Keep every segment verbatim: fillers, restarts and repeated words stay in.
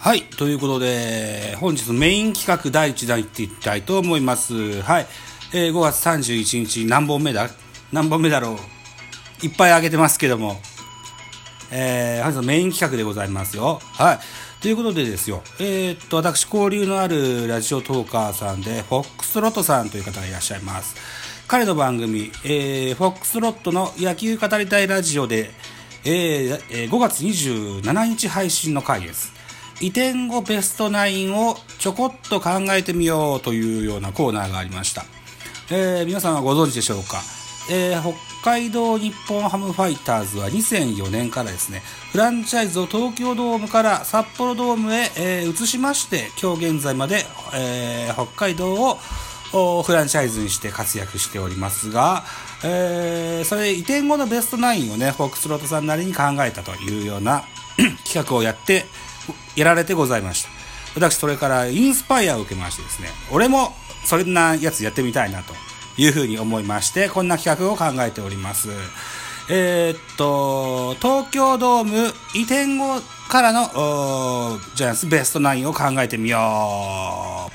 はい、ということで本日のメイン企画だいいち弾いっていきたいと思います。はい、えー、ごがつさんじゅういちにち何本目だ何本目だろういっぱいあげてますけども、えー、本日のメイン企画でございますよ。はい、ということでですよ、えー、っと私交流のあるラジオトーカーさんでフォックストロットさんという方がいらっしゃいます。彼の番組、えー、フォックストロットの野球語りたいラジオで、えー、ごがつにじゅうしちにち配信の回です。移転後ベストナインをちょこっと考えてみようというようなコーナーがありました。えー、皆さんはご存知でしょうか。えー、北海道日本ハムファイターズはにせんよねんからですね、フランチャイズを東京ドームから札幌ドームへ、えー、移しまして、今日現在まで、えー、北海道をフランチャイズにして活躍しておりますが、えー、それ移転後のベストナインをね、フォックスロットさんなりに考えたというような企画をやってやられてございました。私それからインスパイアを受けましてですね、俺もそんなやつやってみたいなというふうに思いまして、こんな企画を考えております。えー、っと東京ドーム移転後からのジャイアンツベストナインを考えてみよう。はい、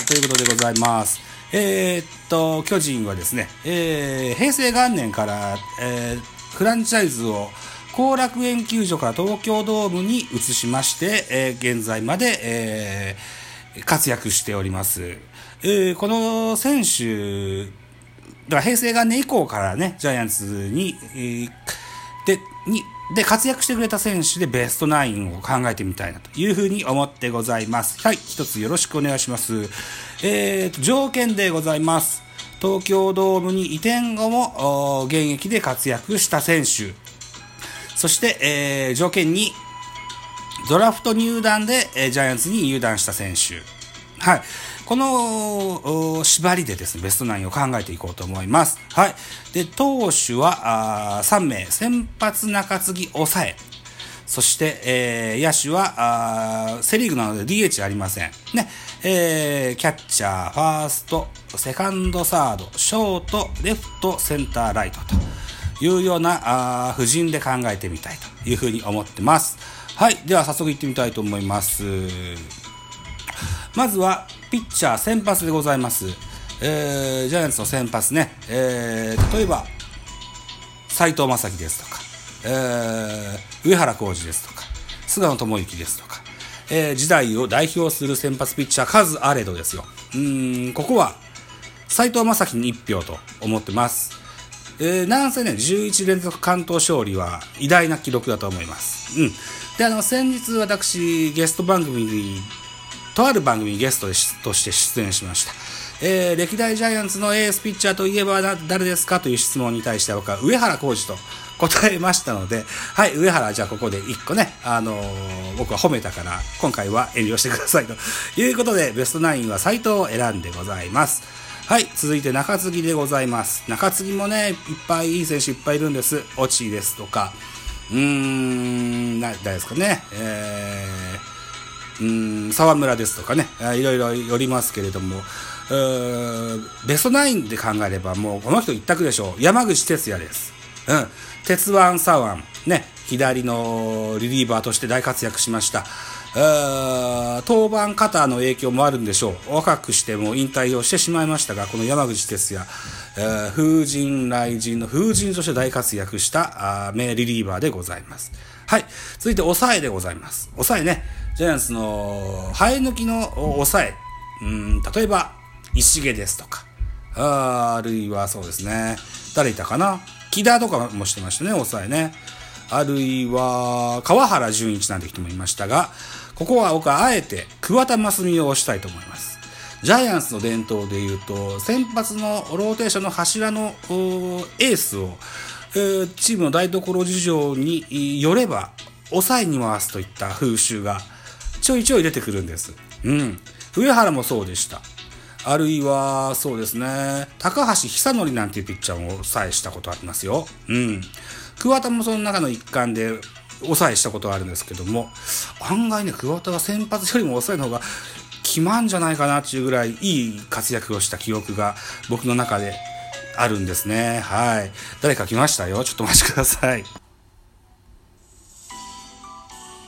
ということでございます。えー、っと巨人はですね、えー、平成元年から、えー、フランチャイズを後楽園球場から東京ドームに移しまして、えー、現在まで、えー、活躍しております。えー、この選手だから平成元年以降からね、ジャイアンツに、えー、でにで活躍してくれた選手でベストナインを考えてみたいなというふうに思ってございます。はい、一つよろしくお願いします。えー、条件でございます。東京ドームに移転後も現役で活躍した選手、そして、えー、条件にドラフト入団で、えー、ジャイアンツに入団した選手、はい、この縛りでですねベストナインを考えていこうと思います。はい、で投手はあさんめい、先発中継ぎ抑え、そして、えー、野手はあセリーグなので ディーエイチ ありませんね。えー、キャッチャー、ファースト、セカンド、サード、ショート、レフト、センター、ライトというようなあ布陣で考えてみたいというふうに思ってます。はい、では早速いってみたいと思います。まずはピッチャー先発でございます。えー、ジャイアンツの先発ね、えー、例えば斉藤正樹ですとか、えー、上原浩二ですとか、菅野智之ですとか、えー、時代を代表する先発ピッチャー数あれどですよ。うーんここは斉藤正樹にいち票と思ってます。えー、なんせねじゅういち連続完投勝利は偉大な記録だと思います。うん。であの先日私ゲスト番組にとある番組にゲストでとして出演しました。えー、歴代ジャイアンツのエースピッチャーといえば誰ですかという質問に対して僕は上原浩二と答えましたので、はい、上原じゃあここでいっこね、あのー、僕は褒めたから今回は遠慮してくださいということでベストナインは斉藤を選んでございます。はい、続いて中継ぎでございます。中継ぎもねいっぱいいい選手いっぱいいるんです。落ちですとか、うーん誰ですかね、えーうーん沢村ですとかね、いろいろよりますけれども、ベストナインで考えればもうこの人一択でしょう。山口哲也です。うん、鉄腕左腕ね、左のリリーバーとして大活躍しました。登板肩の影響もあるんでしょう。若くしても引退をしてしまいましたが、この山口哲也、風神雷神の風神として大活躍した名リリーバーでございます。はい、続いて抑えでございます。抑えね、ジャイアンツの生え抜きの抑え、うーん例えば石毛ですとか、あ, あるいはそうですね、誰いたかな、木田とかもしてましたね、抑えね。あるいは川原純一なんて人もいましたが、ここは僕はあえて桑田真澄を推したいと思います。ジャイアンツの伝統でいうと先発のローテーションの柱のエースを、えー、チームの台所事情によれば抑えに回すといった風習がちょいちょい出てくるんです。うん、上原もそうでした。あるいはそうですね、高橋久典なんていうピッチャーも抑えしたことありますよ。うん、桑田もその中の一環で抑えしたことがあるんですけども、案外ね桑田は先発よりも抑えの方が決まんじゃないかなっていうぐらいいい活躍をした記憶が僕の中であるんですね。はい、誰か来ましたよ、ちょっとお待ちください。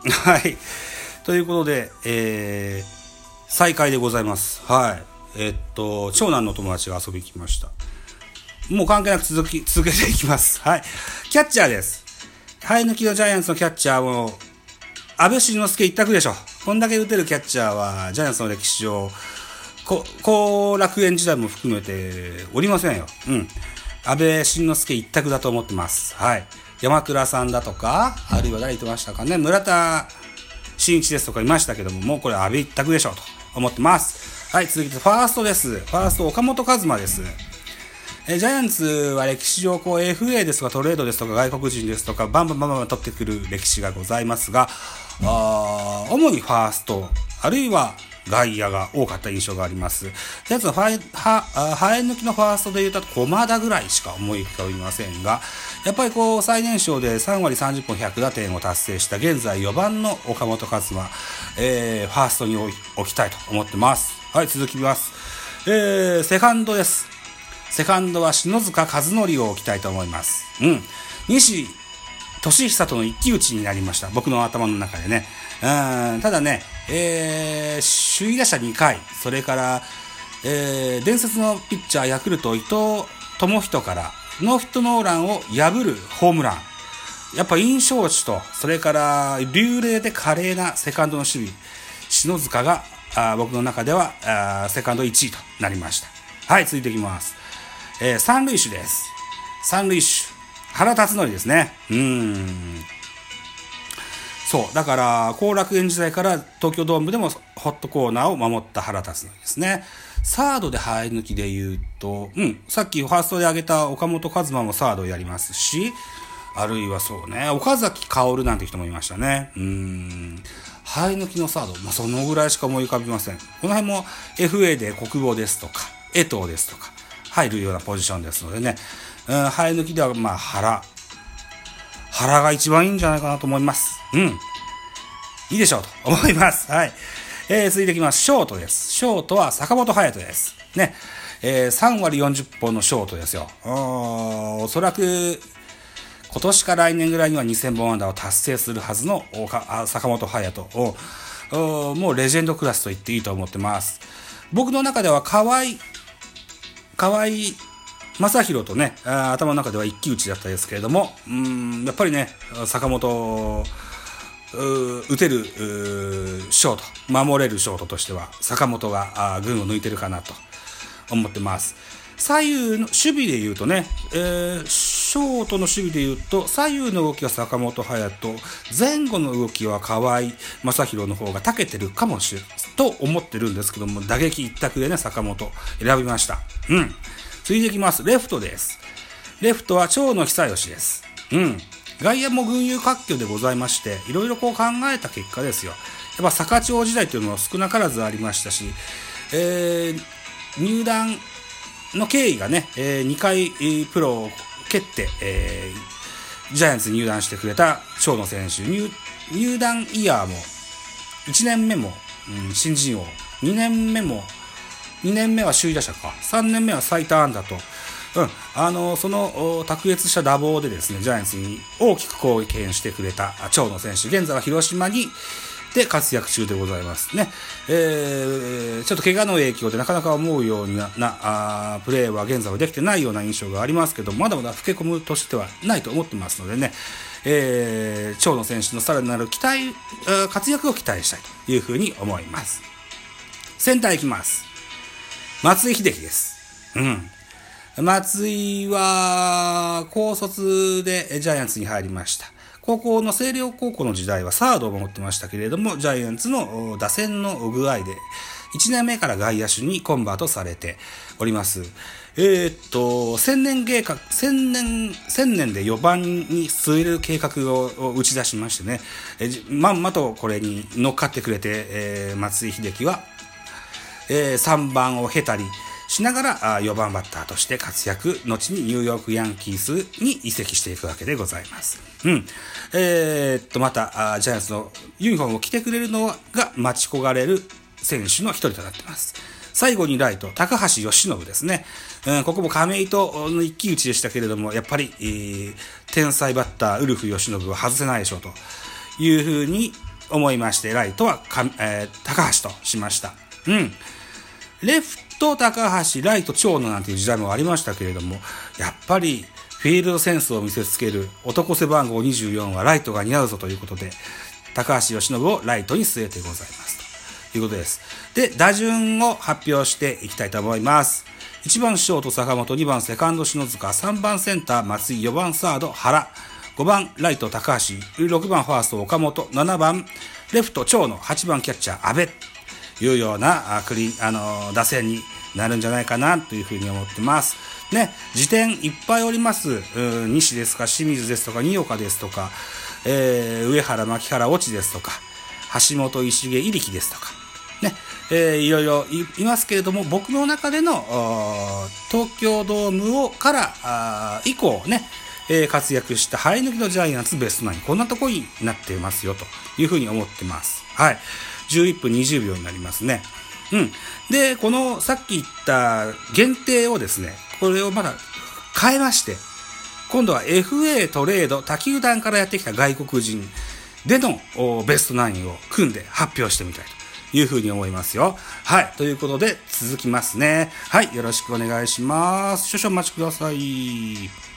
はい。ということで、えー、再開でございます。はい。えー、っと、長男の友達が遊びに来ました。もう関係なく続き、続けていきます。はい。キャッチャーです。生え抜きのジャイアンツのキャッチャーも、安倍晋之助一択でしょ。こんだけ打てるキャッチャーは、ジャイアンツの歴史上、後楽園時代も含めておりませんよ。うん。安倍晋之助一択だと思ってます。はい。山倉さんだとか、あるいは誰言ってましたかね、村田真一ですとかいましたけども、もうこれ安倍一択でしょうと思ってます。はい、続いてファーストです。ファースト岡本和真です。えジャイアンツは歴史上こう エフエー ですとかトレードですとか外国人ですとかバンバンバンバン取ってくる歴史がございますが、あ主にファーストあるいは外野が多かった印象があります。ジャイアンツの生え抜きのファーストで言うと駒田ぐらいしか思い浮かびませんが、やっぱりこう最年少でさんわりさんじゅっぽんひゃくだてんを達成した現在よばんの岡本和真、えー、ファーストに置きたいと思ってます。はい、続きます。えー、セカンドです。セカンドは篠塚和則を置きたいと思います。うん。西俊久との一騎打ちになりました。僕の頭の中でね。うん、ただね、えー、首位打者にかい、それから、えー、伝説のピッチャーヤクルト伊藤智仁からノーヒットノーランを破るホームラン。やっぱ印象値と、それから流麗で華麗なセカンドの守備。篠塚があ僕の中ではあセカンドいちいとなりました。はい、続いていきます。えー、三塁手です。三塁手。原辰徳ですね。うーん。そう。だから、後楽園時代から東京ドームでもホットコーナーを守った原辰徳ですね。サードで生え抜きで言うと、うん、さっきファーストで挙げた岡本和真もサードをやりますし、あるいはそうね、岡崎薫なんて人もいましたね。うーん。生え抜きのサード、まあ、そのぐらいしか思い浮かびません。この辺も エフエー で国母ですとか、江藤ですとか、入るようなポジションですのでね、うん、生え抜きではまあ原原が一番いいんじゃないかなと思います。うん、いいでしょうと思います。はい、えー、続いていきます。ショートです。ショートは坂本勇人ですね。えー、さんわりよんじゅっぽんのショートですよ。おそらく今年か来年ぐらいにはにせんぼん安打を達成するはずの坂本勇人をもうレジェンドクラスと言っていいと思ってます。僕の中では河合河合正宏とね、頭の中では一騎打ちだったですけれども、うーんやっぱりね、坂本打てるショート、守れるショートとしては坂本が群を抜いてるかなと思ってます。左右の守備で言うとね、えー、ショートの守備で言うと左右の動きは坂本勇人、前後の動きは河合正宏の方が長けてるかもしれないと思ってるんですけども、打撃一択でね坂本選びました。うん。続いていきます。レフトです。レフトは長野久義です。うん。外野も群雄割拠でございまして、いろいろこう考えた結果ですよ。やっぱ坂長時代というのも少なからずありましたし、えー、入団の経緯がね、えー、にかいプロを蹴って、えー、ジャイアンツに入団してくれた長野選手、 入, 入団イヤーもいちねんめも、うん、新人王、にねんめもにねんめは首位打者か、さんねんめは最多安打と、うん、あのその卓越した打棒でですね、ジャイアンツに大きく貢献してくれた長野選手、現在は広島にで活躍中でございますね。えー、ちょっと怪我の影響でなかなか思うようななあプレーは現在はできてないような印象がありますけど、まだまだ老け込む年ではないと思ってますのでね、えー、長野選手のさらなる期待活躍を期待したいというふうに思います。センターいきます。松井秀喜です。うん。松井は高卒でジャイアンツに入りました。高校の星稜高校の時代はサードを守ってましたけれども、ジャイアンツの打線の具合でいちねんめから外野手にコンバートされております。えー、っと千年計画千年千年でよばんに据える計画を打ち出しましてね、えまんまとこれに乗っかってくれて、えー、松井秀喜は、えー、さんばんを経たりしながらよばんバッターとして活躍、後にニューヨークヤンキースに移籍していくわけでございます。うん。えー、っと、また、ジャイアンツのユニフォームを着てくれるのが待ち焦がれる選手の一人となっています。最後にライト、高橋由伸ですね。うん、ここも亀井との一騎打ちでしたけれども、やっぱり、えー、天才バッター、ウルフ由伸は外せないでしょうというふうに、 思いまして、ライトはか、えー、高橋としました。うん。レフト高橋、ライト長野なんていう時代もありましたけれども、やっぱりフィールドセンスを見せつける男背番号にじゅうよんはライトが似合うぞということで、高橋由伸をライトに据えてございますということです。で、打順を発表していきたいと思います。いちばんショート坂本、にばんセカンド篠塚、さんばんセンター松井、よばんサード原、ごばんライト高橋、ろくばんファースト岡本、ななばんレフト長野、はちばんキャッチャー阿部というようなクリあの打線になるんじゃないかなというふうに思ってます。ね、辞典いっぱいおります。西ですか、清水ですとか、新岡ですとか、えー、上原、牧原、越智ですとか、橋本、石毛、入木ですとか、ね、えー、いろいろ い, いますけれども、僕の中での東京ドームをから以降ね、えー、活躍した生え抜きのジャイアンツベストナイン、こんなとこになっていますよというふうに思ってます。はい。じゅういっぷんにじゅうびょうになりますね。うん。で、このさっき言った限定をですね、これをまだ変えまして、今度は エフエー トレード、他球団からやってきた外国人でのベストナインを組んで発表してみたいというふうに思いますよ。はい。ということで続きますね。はい。よろしくお願いします。少々お待ちください。